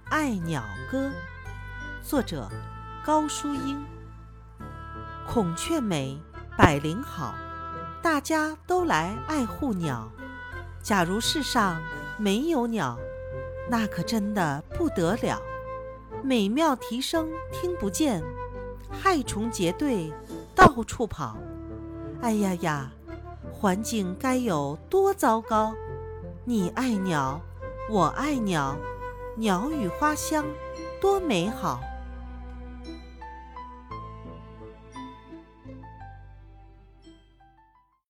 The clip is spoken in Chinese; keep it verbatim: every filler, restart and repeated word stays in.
爱鸟歌》，作者高淑英。孔雀美，百灵好，大家都来爱护鸟。假如世上没有鸟，那可真的不得了。美妙啼声听不见，害虫结队到处跑。哎呀呀，环境该有多糟糕！你爱鸟，我爱鸟，鸟语花香多美好。